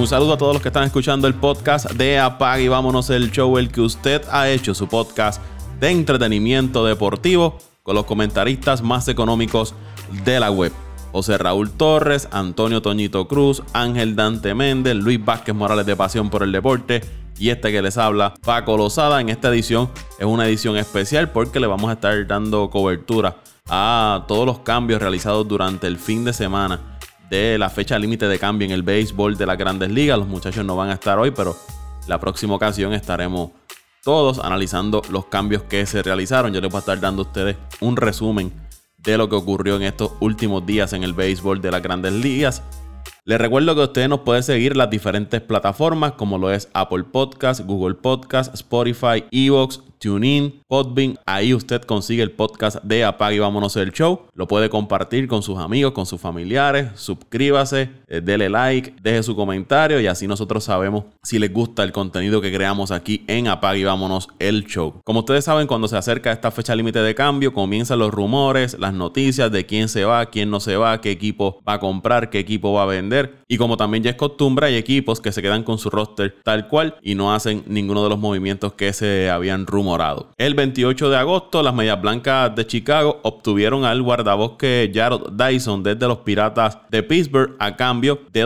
saludo a todos los que están escuchando el podcast de Apague y Vámonos el Show, el que usted ha hecho su podcast de entretenimiento deportivo con los comentaristas más económicos de la web. José Raúl Torres, Antonio Toñito Cruz, Ángel Dante Méndez, Luis Vázquez Morales de Pasión por el Deporte y este que les habla, Paco Lozada. En esta edición es una edición especial porque le vamos a estar dando cobertura a todos los cambios realizados durante el fin de semana de la fecha límite de cambio en el béisbol de las Grandes Ligas. Los muchachos no van a estar hoy, pero la próxima ocasión estaremos todos analizando los cambios que se realizaron. Yo les voy a estar dando a ustedes un resumen de lo que ocurrió en estos últimos días en el béisbol de las Grandes Ligas. Les recuerdo que usted nos puede seguir en las diferentes plataformas como lo es Apple Podcast, Google Podcast, Spotify, Evox, TuneIn, Podbean. Ahí usted consigue el podcast de Apague y Vámonos el Show. Lo puede compartir con sus amigos, con sus familiares. Suscríbase, dele like, deje su comentario y así nosotros sabemos si les gusta el contenido que creamos aquí en Apague y Vámonos el Show. Como ustedes saben, cuando se acerca esta fecha límite de cambio, comienzan los rumores, las noticias de quién se va, quién no se va, qué equipo va a comprar, qué equipo va a vender. Y como también ya es costumbre, hay equipos que se quedan con su roster tal cual y no hacen ninguno de los movimientos que se habían rumorado. El 28 de agosto, las Medias Blancas de Chicago obtuvieron al guardabosque Jarrod Dyson desde los Piratas de Pittsburgh a cambio de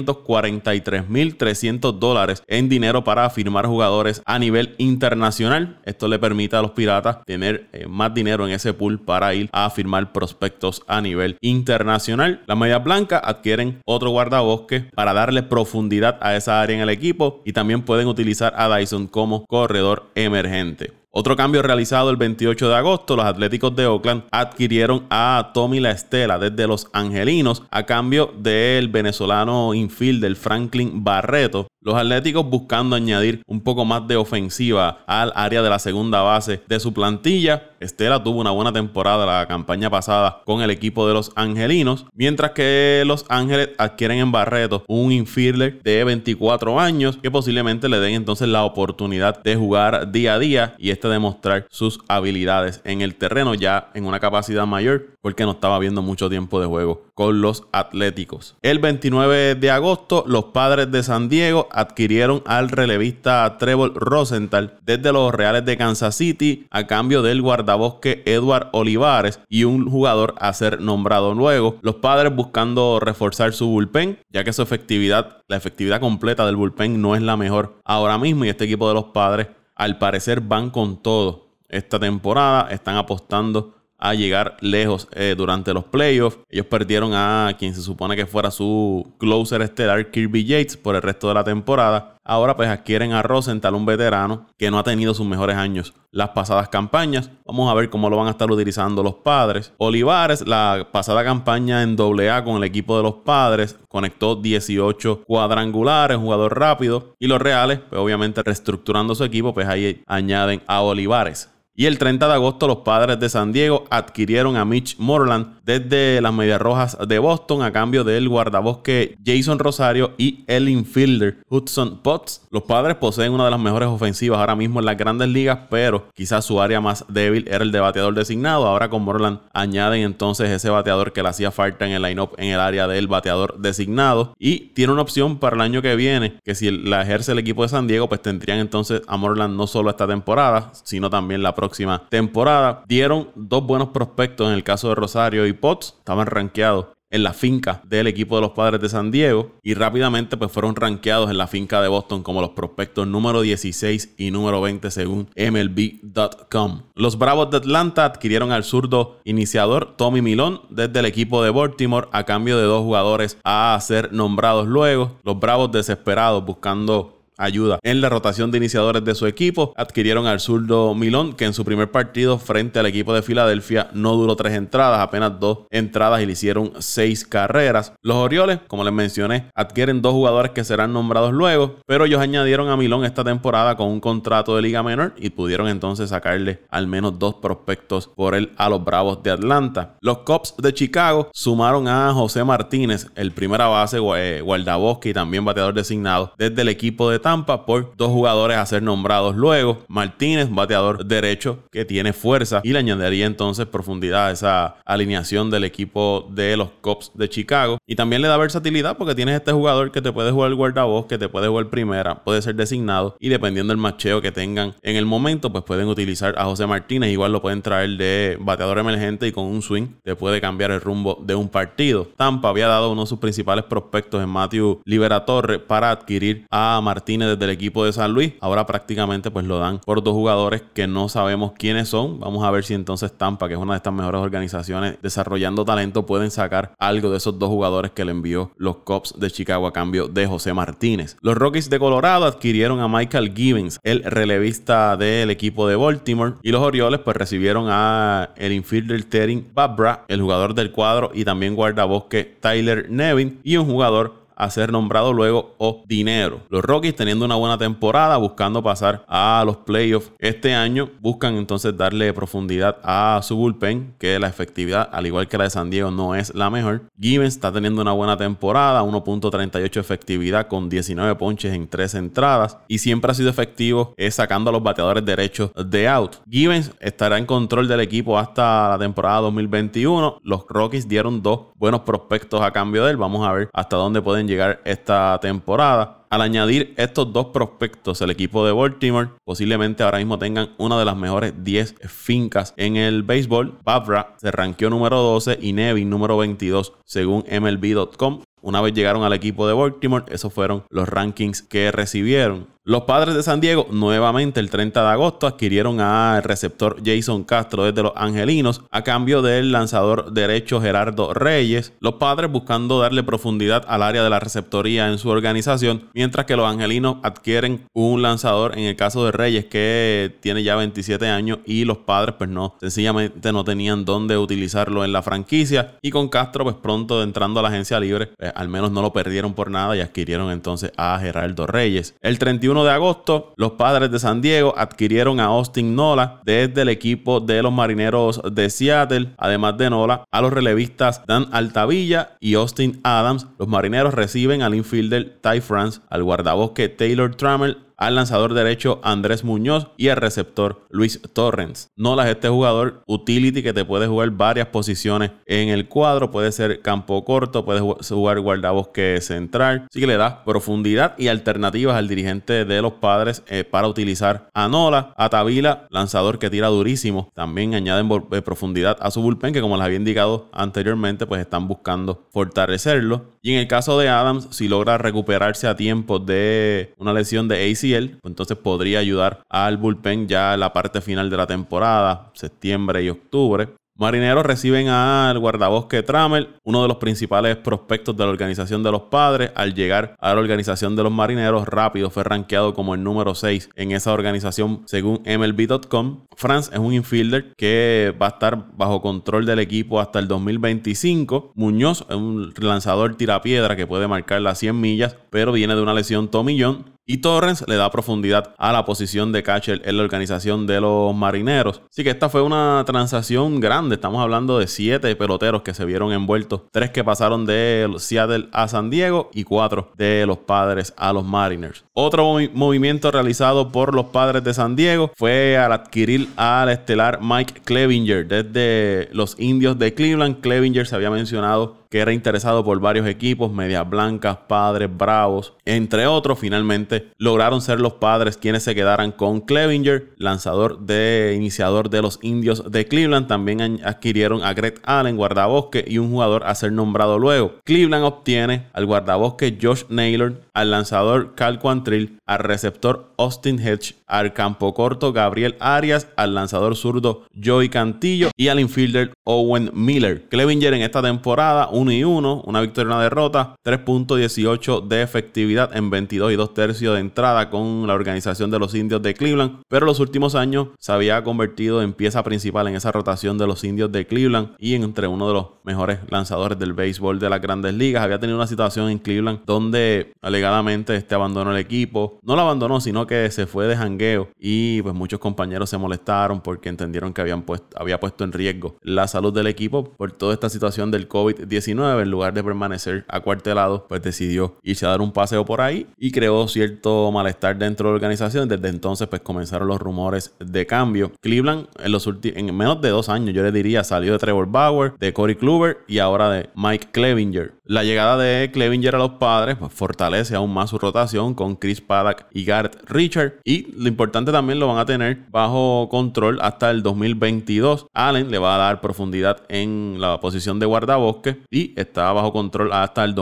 $243,300 en dinero para firmar jugadores a nivel internacional. Esto le permite a los Piratas tener más dinero en ese pool para ir a firmar prospectos a nivel internacional. Las Medias Blancas adquieren otro guardabosque para darle profundidad a esa área en el equipo y también pueden utilizar a Dyson como corredor emergente. Otro cambio realizado el 28 de agosto, los Atléticos de Oakland adquirieron a Tommy La Estela desde los Angelinos a cambio del venezolano infielder Franklin Barreto. Los Atléticos buscando añadir un poco más de ofensiva al área de la segunda base de su plantilla. Estela tuvo una buena temporada la campaña pasada con el equipo de los Angelinos, mientras que Los Ángeles adquieren en Barreto un infielder de 24 años que posiblemente le den entonces la oportunidad de jugar día a día y demostrar sus habilidades en el terreno ya en una capacidad mayor porque no estaba viendo mucho tiempo de juego con los Atléticos. El 29 de agosto, los Padres de San Diego adquirieron al relevista Trevor Rosenthal desde los Reales de Kansas City a cambio del guardabosque Edward Olivares y un jugador a ser nombrado luego. Los Padres buscando reforzar su bullpen, ya que su efectividad, la efectividad completa del bullpen no es la mejor ahora mismo y este equipo de los Padres al parecer van con todo esta temporada, están apostando a llegar lejos durante los playoffs. Ellos perdieron a quien se supone que fuera su closer estelar, Kirby Yates, por el resto de la temporada. Ahora pues adquieren a Rosenthal, un veterano que no ha tenido sus mejores años las pasadas campañas. Vamos a ver cómo lo van a estar utilizando los Padres. Olivares, la pasada campaña en AA con el equipo de los Padres, conectó 18 cuadrangulares, jugador rápido. Y los Reales, pues obviamente reestructurando su equipo, pues ahí añaden a Olivares. Y el 30 de agosto los Padres de San Diego adquirieron a Mitch Moreland desde las Medias Rojas de Boston a cambio del guardabosque Jason Rosario y el infielder Hudson Potts. Los Padres poseen una de las mejores ofensivas ahora mismo en las Grandes Ligas, pero quizás su área más débil era el de bateador designado. Ahora con Moreland añaden entonces ese bateador que le hacía falta en el line-up en el área del bateador designado. Y tiene una opción para el año que viene, que si la ejerce el equipo de San Diego, pues tendrían entonces a Moreland no solo esta temporada, sino también la próxima temporada. Dieron dos buenos prospectos en el caso de Rosario y Potts. Estaban rankeados en la finca del equipo de los Padres de San Diego y rápidamente pues fueron rankeados en la finca de Boston como los prospectos número 16 y número 20 según MLB.com. Los Bravos de Atlanta adquirieron al zurdo iniciador Tommy Milón desde el equipo de Baltimore a cambio de dos jugadores a ser nombrados luego. Los Bravos, desesperados buscando ayuda en la rotación de iniciadores de su equipo, adquirieron al zurdo Milón, que en su primer partido frente al equipo de Filadelfia no duró 3 entradas, apenas 2 entradas y le hicieron 6 carreras. Los Orioles, como les mencioné, adquieren 2 jugadores que serán nombrados luego, pero ellos añadieron a Milón esta temporada con un contrato de liga menor y pudieron entonces sacarle al menos 2 prospectos por él a los Bravos de Atlanta. Los Cubs de Chicago sumaron a José Martínez, el primera base, guardabosque y también bateador designado desde el equipo de Tampa por dos jugadores a ser nombrados luego. Martínez, bateador derecho que tiene fuerza y le añadiría entonces profundidad a esa alineación del equipo de los Cubs de Chicago. Y también le da versatilidad porque tienes este jugador que te puede jugar guardabosque, que te puede jugar primera, puede ser designado y dependiendo del macheo que tengan en el momento, pues pueden utilizar a José Martínez. Igual lo pueden traer de bateador emergente y con un swing te puede cambiar el rumbo de un partido. Tampa había dado uno de sus principales prospectos en Matthew Liberatorre para adquirir a Martínez desde el equipo de San Luis. Ahora prácticamente pues lo dan por dos jugadores que no sabemos quiénes son. Vamos a ver si entonces Tampa, que es una de estas mejores organizaciones desarrollando talento, pueden sacar algo de esos dos jugadores que le envió los Cubs de Chicago a cambio de José Martínez. Los Rockies de Colorado adquirieron a Michael Givens, el relevista del equipo de Baltimore, y los Orioles pues recibieron a el infielder Terin Babra, el jugador del cuadro y también guardabosque Tyler Nevin, y un jugador a ser nombrado luego o dinero. Los Rockies, teniendo una buena temporada, buscando pasar a los playoffs este año, buscan entonces darle profundidad a su bullpen, que la efectividad, al igual que la de San Diego, no es la mejor. Givens está teniendo una buena temporada, 1.38 efectividad con 19 ponches en 3 entradas y siempre ha sido efectivo sacando a los bateadores derechos de out. Givens estará en control del equipo hasta la temporada 2021. Los Rockies dieron dos buenos prospectos a cambio de él. Vamos a ver hasta dónde pueden llegar esta temporada. Al añadir estos dos prospectos, el equipo de Baltimore posiblemente ahora mismo tengan una de las mejores 10 fincas en el béisbol. Babra se rankeó número 12 y Nevin número 22 según MLB.com. Una vez llegaron al equipo de Baltimore, esos fueron los rankings que recibieron. Los Padres de San Diego, nuevamente el 30 de agosto, adquirieron al receptor Jason Castro desde los Angelinos a cambio del lanzador derecho Gerardo Reyes. Los Padres buscando darle profundidad al área de la receptoría en su organización, mientras que los Angelinos adquieren un lanzador, en el caso de Reyes, que tiene ya 27 años y los Padres pues no, sencillamente no tenían dónde utilizarlo en la franquicia. Y con Castro pues pronto entrando a la agencia libre, al menos no lo perdieron por nada y adquirieron entonces a Gerardo Reyes. El 31 de agosto, los Padres de San Diego adquirieron a Austin Nola desde el equipo de los Marineros de Seattle. Además de Nola, a los relevistas Dan Altavilla y Austin Adams. Los Marineros reciben al infielder Ty France, al guardabosque Taylor Trammell, al lanzador derecho Andrés Muñoz y al receptor Luis Torrens. Nola es este jugador utility que te puede jugar varias posiciones en el cuadro. Puede ser campo corto, puede jugar guardabosque central. Así que le da profundidad y alternativas al dirigente de los Padres para utilizar a Nola. A Tavila, lanzador que tira durísimo. También añaden profundidad a su bullpen, que como les había indicado anteriormente, pues están buscando fortalecerlo. Y en el caso de Adams, si logra recuperarse a tiempo de una lesión de ACL, entonces podría ayudar al bullpen ya en la parte final de la temporada, septiembre y octubre. Marineros reciben al guardabosque Trammell, uno de los principales prospectos de la organización de los Padres. Al llegar a la organización de los Marineros, rápido fue rankeado como el número 6 en esa organización según MLB.com. France es un infielder que va a estar bajo control del equipo hasta el 2025. Muñoz es un lanzador tirapiedra que puede marcar las 100 millas, pero viene de una lesión tomillón. Y Torrens le da profundidad a la posición de catcher en la organización de los Marineros. Así que esta fue una transacción grande. Estamos hablando de 7 peloteros que se vieron envueltos. 3 que pasaron de Seattle a San Diego y 4 de los Padres a los Mariners. Otro movimiento realizado por los Padres de San Diego fue al adquirir al estelar Mike Clevinger desde los Indios de Cleveland. Clevinger se había mencionado que era interesado por varios equipos, Medias Blancas, Padres, Bravos, entre otros. Finalmente lograron ser los Padres quienes se quedaran con Clevinger, iniciador de los Indios de Cleveland. También adquirieron a Greg Allen, guardabosque, y un jugador a ser nombrado luego. Cleveland obtiene al guardabosque Josh Naylor, al lanzador Cal Quantrill, al receptor Austin Hedge, al campo corto Gabriel Arias, al lanzador zurdo Joey Cantillo y al infielder Owen Miller. Clevinger en esta temporada 1-1, una victoria y una derrota, 3.18 de efectividad en 22 y 2 tercios de entrada con la organización de los Indios de Cleveland, pero en los últimos años se había convertido en pieza principal en esa rotación de los Indios de Cleveland y entre uno de los mejores lanzadores del béisbol de las Grandes Ligas. Había tenido una situación en Cleveland donde alegadamente abandonó el equipo. No lo abandonó, sino que se fue de jangueo y pues muchos compañeros se molestaron porque entendieron que había puesto en riesgo la salud del equipo por toda esta situación del COVID-19. 2019, en lugar de permanecer acuartelado, pues decidió irse a dar un paseo por ahí y creó cierto malestar dentro de la organización. Desde entonces pues comenzaron los rumores de cambio. Cleveland en menos de 2 años, yo le diría, salió de Trevor Bauer, de Corey Kluber y ahora de Mike Clevinger. La llegada de Clevinger a los Padres pues fortalece aún más su rotación con Chris Paddack y Garrett Richard, y lo importante también lo van a tener bajo control hasta el 2022. Allen le va a dar profundidad en la posición de guardabosque y está bajo control hasta el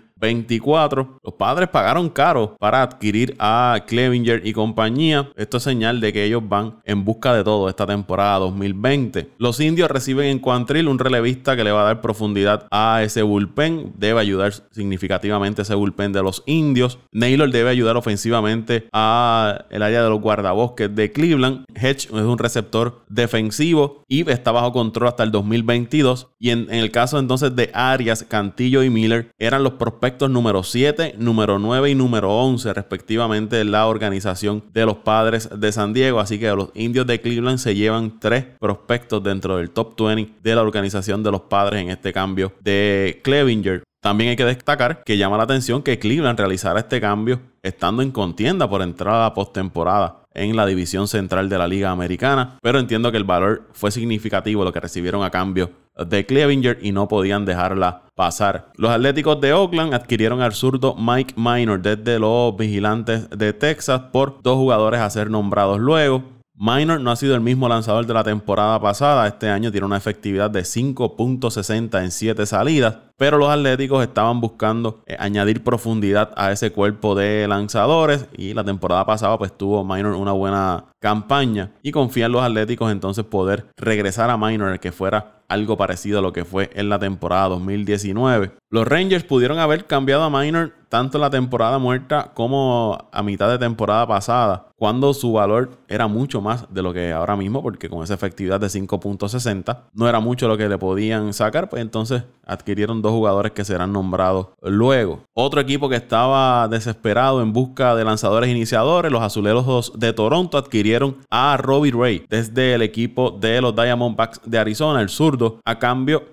2024. Los Padres pagaron caro para adquirir a Clevinger y compañía. Esto es señal de que ellos van en busca de todo esta temporada 2020. Los Indios reciben en Quantrill un relevista que le va a dar profundidad a ese bullpen. Debe ayudar significativamente ese bullpen de los Indios. Naylor debe ayudar ofensivamente a el área de los guardabosques de Cleveland. Hedge es un receptor defensivo y está bajo control hasta el 2022. Y en el caso entonces de Arias, Cantillo y Miller eran los prospectos número 7, número 9 y número 11 respectivamente de la organización de los Padres de San Diego. Así que los Indios de Cleveland se llevan 3 prospectos dentro del top 20 de la organización de los Padres en este cambio de Clevinger. También hay que destacar que llama la atención que Cleveland realizara este cambio estando en contienda por entrar a la postemporada en la división central de la Liga Americana, pero entiendo que el valor fue significativo lo que recibieron a cambio de Clevinger y no podían dejarla pasar. Los Atléticos de Oakland adquirieron al zurdo Mike Minor desde los Vigilantes de Texas por 2 jugadores a ser nombrados luego. Minor no ha sido el mismo lanzador de la temporada pasada. Este año tiene una efectividad de 5.60 en 7 salidas, pero los Atléticos estaban buscando añadir profundidad a ese cuerpo de lanzadores y la temporada pasada pues tuvo Minor una buena campaña y confían los Atléticos entonces poder regresar a Minor, que fuera algo parecido a lo que fue en la temporada 2019. Los Rangers pudieron haber cambiado a Minor tanto en la temporada muerta como a mitad de temporada pasada, cuando su valor era mucho más de lo que ahora mismo, porque con esa efectividad de 5.60 no era mucho lo que le podían sacar, pues entonces adquirieron 2 jugadores que serán nombrados luego. Otro equipo que estaba desesperado en busca de lanzadores iniciadores, los Azulejos de Toronto, adquirieron a Robbie Ray desde el equipo de los Diamondbacks de Arizona, el zurdo, a cambio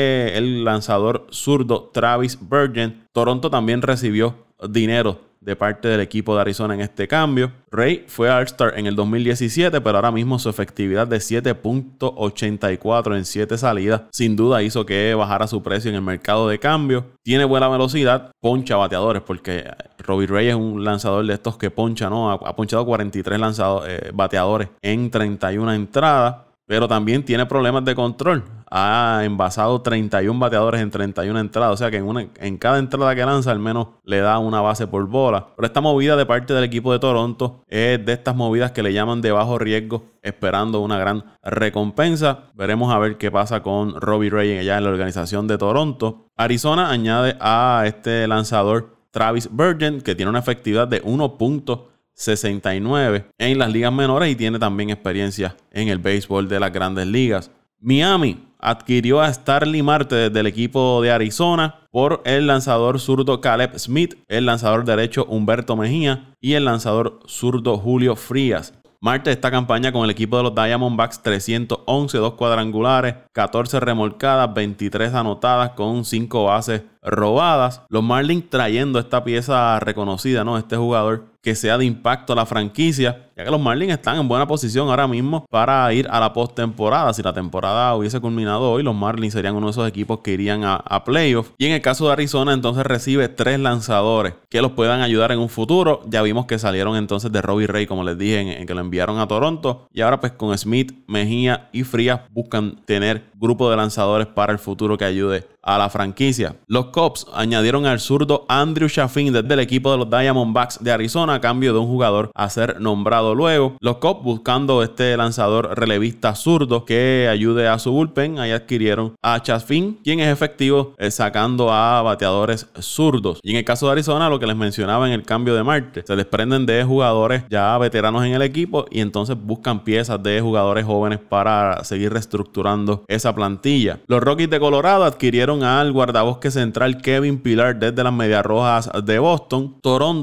del lanzador zurdo Travis Bergen. Toronto también recibió dinero de parte del equipo de Arizona en este cambio. Ray fue All-Star en el 2017, pero ahora mismo su efectividad de 7.84 en 7 salidas sin duda hizo que bajara su precio en el mercado de cambio. Tiene buena velocidad, poncha bateadores, porque Robbie Ray es un lanzador de estos que poncha, ¿no? Ha ponchado 43 bateadores en 31 entradas, pero también tiene problemas de control. Ha envasado 31 bateadores en 31 entradas. O sea que en cada entrada que lanza al menos le da una base por bola. Pero esta movida de parte del equipo de Toronto es de estas movidas que le llaman de bajo riesgo, esperando una gran recompensa. Veremos a ver qué pasa con Robbie Ray allá en la organización de Toronto. Arizona añade a este lanzador Travis Bergen, que tiene una efectividad de 1.69 en las ligas menores y tiene también experiencia en el béisbol de las grandes ligas. Miami adquirió a Starling Marte desde el equipo de Arizona por el lanzador zurdo Caleb Smith, el lanzador derecho Humberto Mejía y el lanzador zurdo Julio Frías. Marte esta campaña con el equipo de los Diamondbacks 311, 2 cuadrangulares, 14 remolcadas, 23 anotadas con 5 bases robadas. Los Marlins trayendo esta pieza reconocida, ¿no? Este jugador que sea de impacto a la franquicia, ya que los Marlins están en buena posición ahora mismo para ir a la postemporada. Si la temporada hubiese culminado hoy, los Marlins serían uno de esos equipos que irían a playoffs. Y en el caso de Arizona, entonces recibe 3 lanzadores que los puedan ayudar en un futuro. Ya vimos que salieron entonces de Robbie Ray, como les dije, en que lo enviaron a Toronto. Y ahora pues con Smith, Mejía y Frías buscan tener grupo de lanzadores para el futuro que ayude a la franquicia. Los Cubs añadieron al zurdo Andrew Chafin desde el equipo de los Diamondbacks de Arizona a cambio de un jugador a ser nombrado luego. Los Cubs buscando este lanzador relevista zurdo que ayude a su bullpen. Ahí adquirieron a Chafin, quien es efectivo sacando a bateadores zurdos. Y en el caso de Arizona, lo que les mencionaba en el cambio de Marte, se desprenden de jugadores ya veteranos en el equipo y entonces buscan piezas de jugadores jóvenes para seguir reestructurando esa plantilla. Los Rockies de Colorado adquirieron al guardabosque central Kevin Pillar desde las Medias Rojas de Boston. Toronto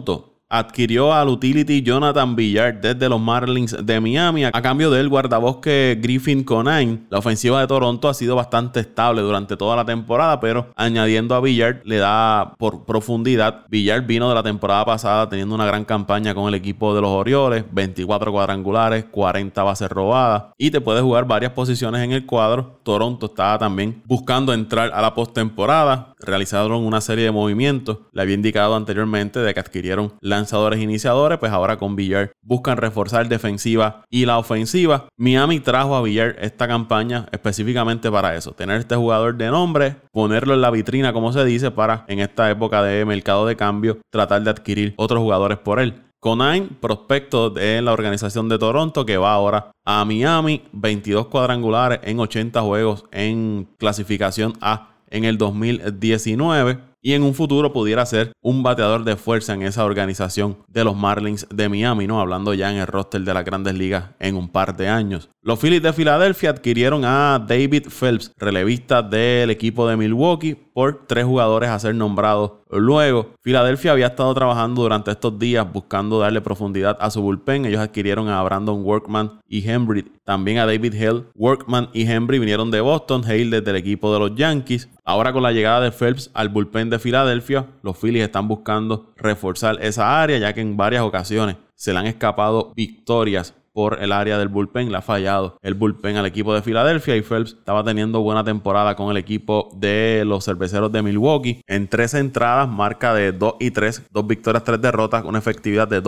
adquirió al utility Jonathan Villar desde los Marlins de Miami a cambio del guardabosque Griffin Conine. La ofensiva de Toronto ha sido bastante estable durante toda la temporada, pero añadiendo a Villar le da por profundidad. Villar vino de la temporada pasada teniendo una gran campaña con el equipo de los Orioles, 24 cuadrangulares, 40 bases robadas y te puede jugar varias posiciones en el cuadro. Toronto estaba también buscando entrar a la postemporada, realizaron una serie de movimientos. Le había indicado anteriormente de que adquirieron lanzadores iniciadores, pues ahora con Villar buscan reforzar defensiva y la ofensiva. Miami trajo a Villar esta campaña específicamente para eso, tener este jugador de nombre, ponerlo en la vitrina como se dice, para en esta época de mercado de cambio tratar de adquirir otros jugadores por él. Conine, prospecto de la organización de Toronto, que va ahora a Miami, 22 cuadrangulares en 80 juegos en clasificación A en el 2019. Y en un futuro pudiera ser un bateador de fuerza en esa organización de los Marlins de Miami, ¿no? Hablando ya en el roster de las Grandes Ligas en un par de años. Los Phillies de Filadelfia adquirieron a David Phelps, relevista del equipo de Milwaukee, por 3 jugadores a ser nombrados luego. Filadelfia había estado trabajando durante estos días buscando darle profundidad a su bullpen. Ellos adquirieron a Brandon Workman y Hembree, también a David Hale. Workman y Hembree vinieron de Boston, Hale desde el equipo de los Yankees. Ahora con la llegada de Phelps al bullpen de Filadelfia, los Phillies están buscando reforzar esa área, ya que en varias ocasiones se le han escapado victorias por el área del bullpen. Le ha fallado el bullpen al equipo de Filadelfia y Phelps estaba teniendo buena temporada con el equipo de los Cerveceros de Milwaukee. En 13 entradas, marca de 2-3, 2 victorias, 3 derrotas, una efectividad de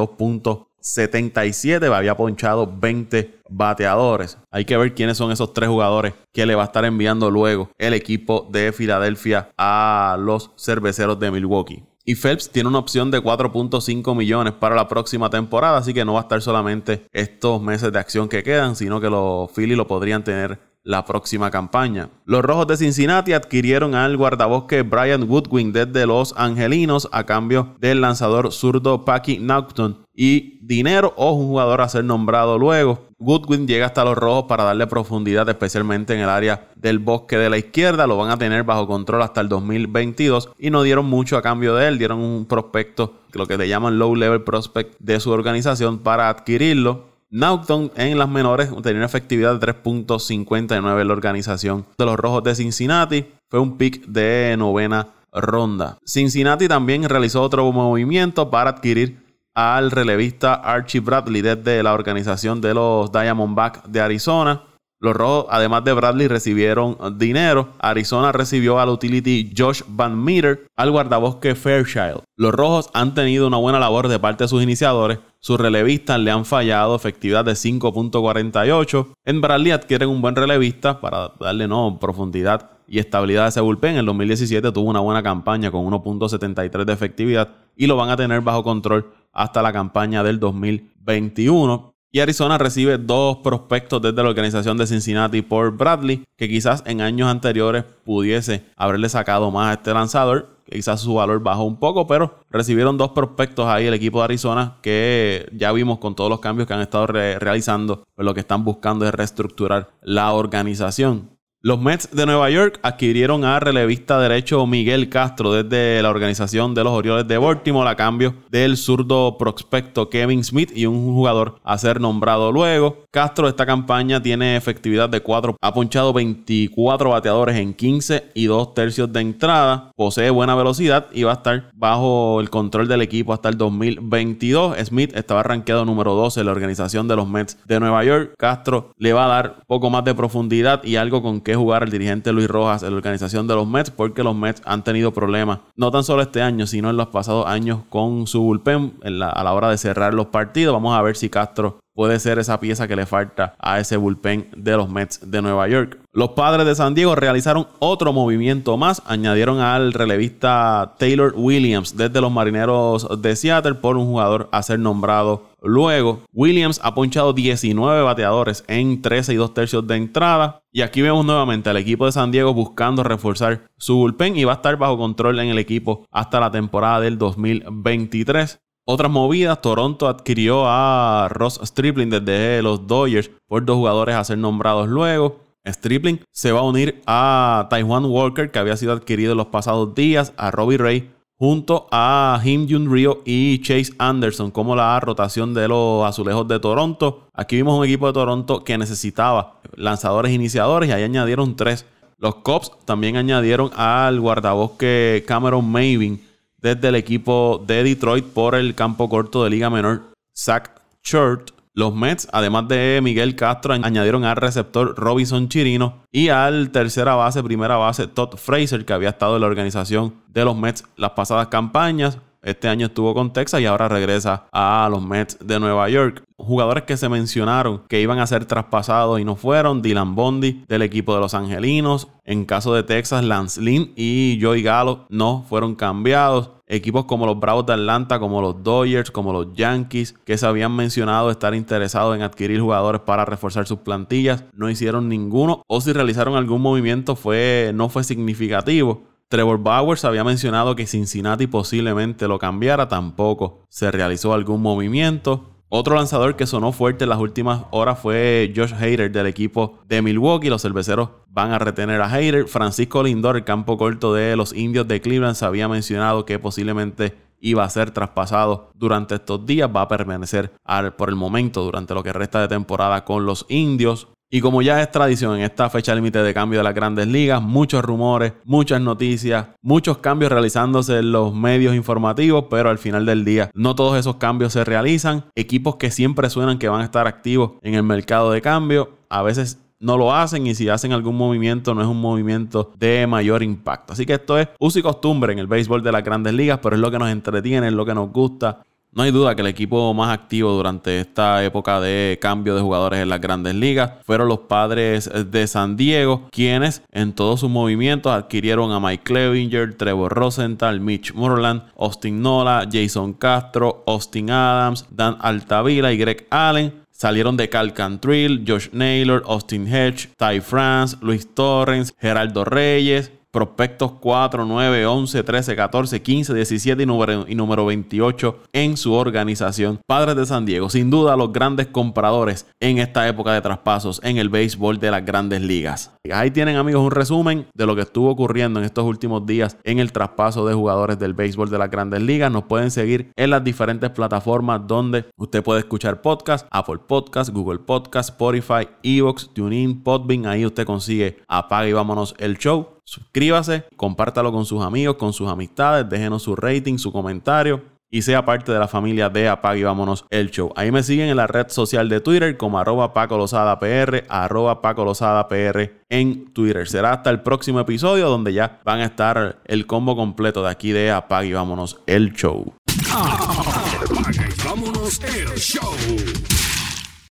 2.77. Había ponchado 20 bateadores. Hay que ver quiénes son esos 3 jugadores que le va a estar enviando luego el equipo de Filadelfia a los Cerveceros de Milwaukee. Y Phelps tiene una opción de 4.5 millones para la próxima temporada, así que no va a estar solamente estos meses de acción que quedan, sino que los Phillies lo podrían tener la próxima campaña. Los Rojos de Cincinnati adquirieron al guardabosque Brian Goodwin desde los Angelinos a cambio del lanzador zurdo Packy Naughton y dinero o un jugador a ser nombrado luego. Goodwin llega hasta los Rojos para darle profundidad, especialmente en el área del bosque de la izquierda. Lo van a tener bajo control hasta el 2022 y no dieron mucho a cambio de él. Dieron un prospecto, lo que le llaman low level prospect, de su organización para adquirirlo. Naughton en las menores tenía una efectividad de 3.59 en la organización de los Rojos de Cincinnati. Fue un pick de 9ª ronda. Cincinnati también realizó otro movimiento para adquirir al relevista Archie Bradley desde la organización de los Diamondbacks de Arizona. Los Rojos, además de Bradley, recibieron dinero. Arizona recibió al utility Josh Van Meter, al guardabosque Fairchild. Los Rojos han tenido una buena labor de parte de sus iniciadores. Sus relevistas le han fallado, efectividad de 5.48. En Bradley adquieren un buen relevista para darle profundidad y estabilidad a ese bullpen. En el 2017 tuvo una buena campaña con 1.73 de efectividad y lo van a tener bajo control hasta la campaña del 2021. Y Arizona recibe 2 prospectos desde la organización de Cincinnati por Bradley, que quizás en años anteriores pudiese haberle sacado más a este lanzador. Quizás su valor bajó un poco, pero recibieron 2 prospectos ahí el equipo de Arizona que ya vimos con todos los cambios que han estado realizando. Pues lo que están buscando es reestructurar la organización. Los Mets de Nueva York adquirieron a relevista derecho Miguel Castro desde la organización de los Orioles de Baltimore a cambio del zurdo prospecto Kevin Smith y un jugador a ser nombrado luego. Castro esta campaña tiene efectividad de 4, ha ponchado 24 bateadores en 15 y 2/3 de entrada, posee buena velocidad y va a estar bajo el control del equipo hasta el 2022. Smith estaba rankeado número 12 en la organización de los Mets de Nueva York. Castro le va a dar poco más de profundidad y algo con que jugar el dirigente Luis Rojas en la organización de los Mets, porque los Mets han tenido problemas no tan solo este año sino en los pasados años con su bullpen a la hora de cerrar los partidos. Vamos a ver si Castro puede ser esa pieza que le falta a ese bullpen de los Mets de Nueva York. Los Padres de San Diego realizaron otro movimiento más. Añadieron al relevista Taylor Williams desde los Marineros de Seattle por un jugador a ser nombrado luego. Williams ha ponchado 19 bateadores en 13 y 2/3 de entrada. Y aquí vemos nuevamente al equipo de San Diego buscando reforzar su bullpen y va a estar bajo control en el equipo hasta la temporada del 2023. Otras movidas: Toronto adquirió a Ross Stripling desde los Dodgers por 2 jugadores a ser nombrados luego. Stripling se va a unir a Taijuan Walker, que había sido adquirido en los pasados días, a Robbie Ray, junto a Hyun Jin Ryu y Chase Anderson como la rotación de los Azulejos de Toronto. Aquí vimos un equipo de Toronto que necesitaba lanzadores iniciadores y ahí añadieron 3. Los Cubs también añadieron al guardabosque Cameron Maybin desde el equipo de Detroit por el campo corto de Liga Menor Zach Chert. Los Mets, además de Miguel Castro, añadieron al receptor Robinson Chirino y al primera base Todd Frazier, que había estado en la organización de los Mets las pasadas campañas. Este año estuvo con Texas y ahora regresa a los Mets de Nueva York. Jugadores que se mencionaron que iban a ser traspasados y no fueron: Dylan Bundy del equipo de los Angelinos. En caso de Texas, Lance Lynn y Joey Gallo no fueron cambiados. Equipos como los Bravos de Atlanta, como los Dodgers, como los Yankees, que se habían mencionado estar interesados en adquirir jugadores para reforzar sus plantillas, no hicieron ninguno, o si realizaron algún movimiento no fue significativo. Trevor Bauer se había mencionado que Cincinnati posiblemente lo cambiara, tampoco se realizó algún movimiento. Otro lanzador que sonó fuerte en las últimas horas fue Josh Hader del equipo de Milwaukee. Los cerveceros van a retener a Hader. Francisco Lindor, el campo corto de los Indios de Cleveland, se había mencionado que posiblemente iba a ser traspasado durante estos días. Va a permanecer por el momento durante lo que resta de temporada con los Indios. Y como ya es tradición en esta fecha límite de cambio de las Grandes Ligas, muchos rumores, muchas noticias, muchos cambios realizándose en los medios informativos, pero al final del día no todos esos cambios se realizan. Equipos que siempre suenan que van a estar activos en el mercado de cambio, a veces no lo hacen, y si hacen algún movimiento no es un movimiento de mayor impacto. Así que esto es uso y costumbre en el béisbol de las Grandes Ligas, pero es lo que nos entretiene, es lo que nos gusta. No hay duda que el equipo más activo durante esta época de cambio de jugadores en las Grandes Ligas fueron los Padres de San Diego, quienes en todos sus movimientos adquirieron a Mike Clevinger, Trevor Rosenthal, Mitch Moreland, Austin Nola, Jason Castro, Austin Adams, Dan Altavilla y Greg Allen. Salieron de Cal Cantrell, Josh Naylor, Austin Hedge, Ty France, Luis Torrens, Geraldo Reyes. Prospectos 4, 9, 11, 13, 14, 15, 17 y número 28 en su organización. Padres de San Diego, sin duda los grandes compradores en esta época de traspasos en el béisbol de las Grandes Ligas. Ahí tienen, amigos, un resumen de lo que estuvo ocurriendo en estos últimos días en el traspaso de jugadores del béisbol de las Grandes Ligas. Nos pueden seguir en las diferentes plataformas donde usted puede escuchar podcasts: Apple Podcasts, Google Podcasts, Spotify, Evox, TuneIn, Podbean. Ahí usted consigue Apaga y Vámonos el Show. Suscríbase, compártalo con sus amigos, con sus amistades, déjenos su rating, su comentario y sea parte de la familia de Apaga y Vámonos el Show. Ahí me siguen en la red social de Twitter como @PacoLozadaPR, @PacoLozadaPR en Twitter. Será hasta el próximo episodio, donde ya van a estar el combo completo de aquí de Apaga y Vámonos el Show. Apaga y Vámonos el Show.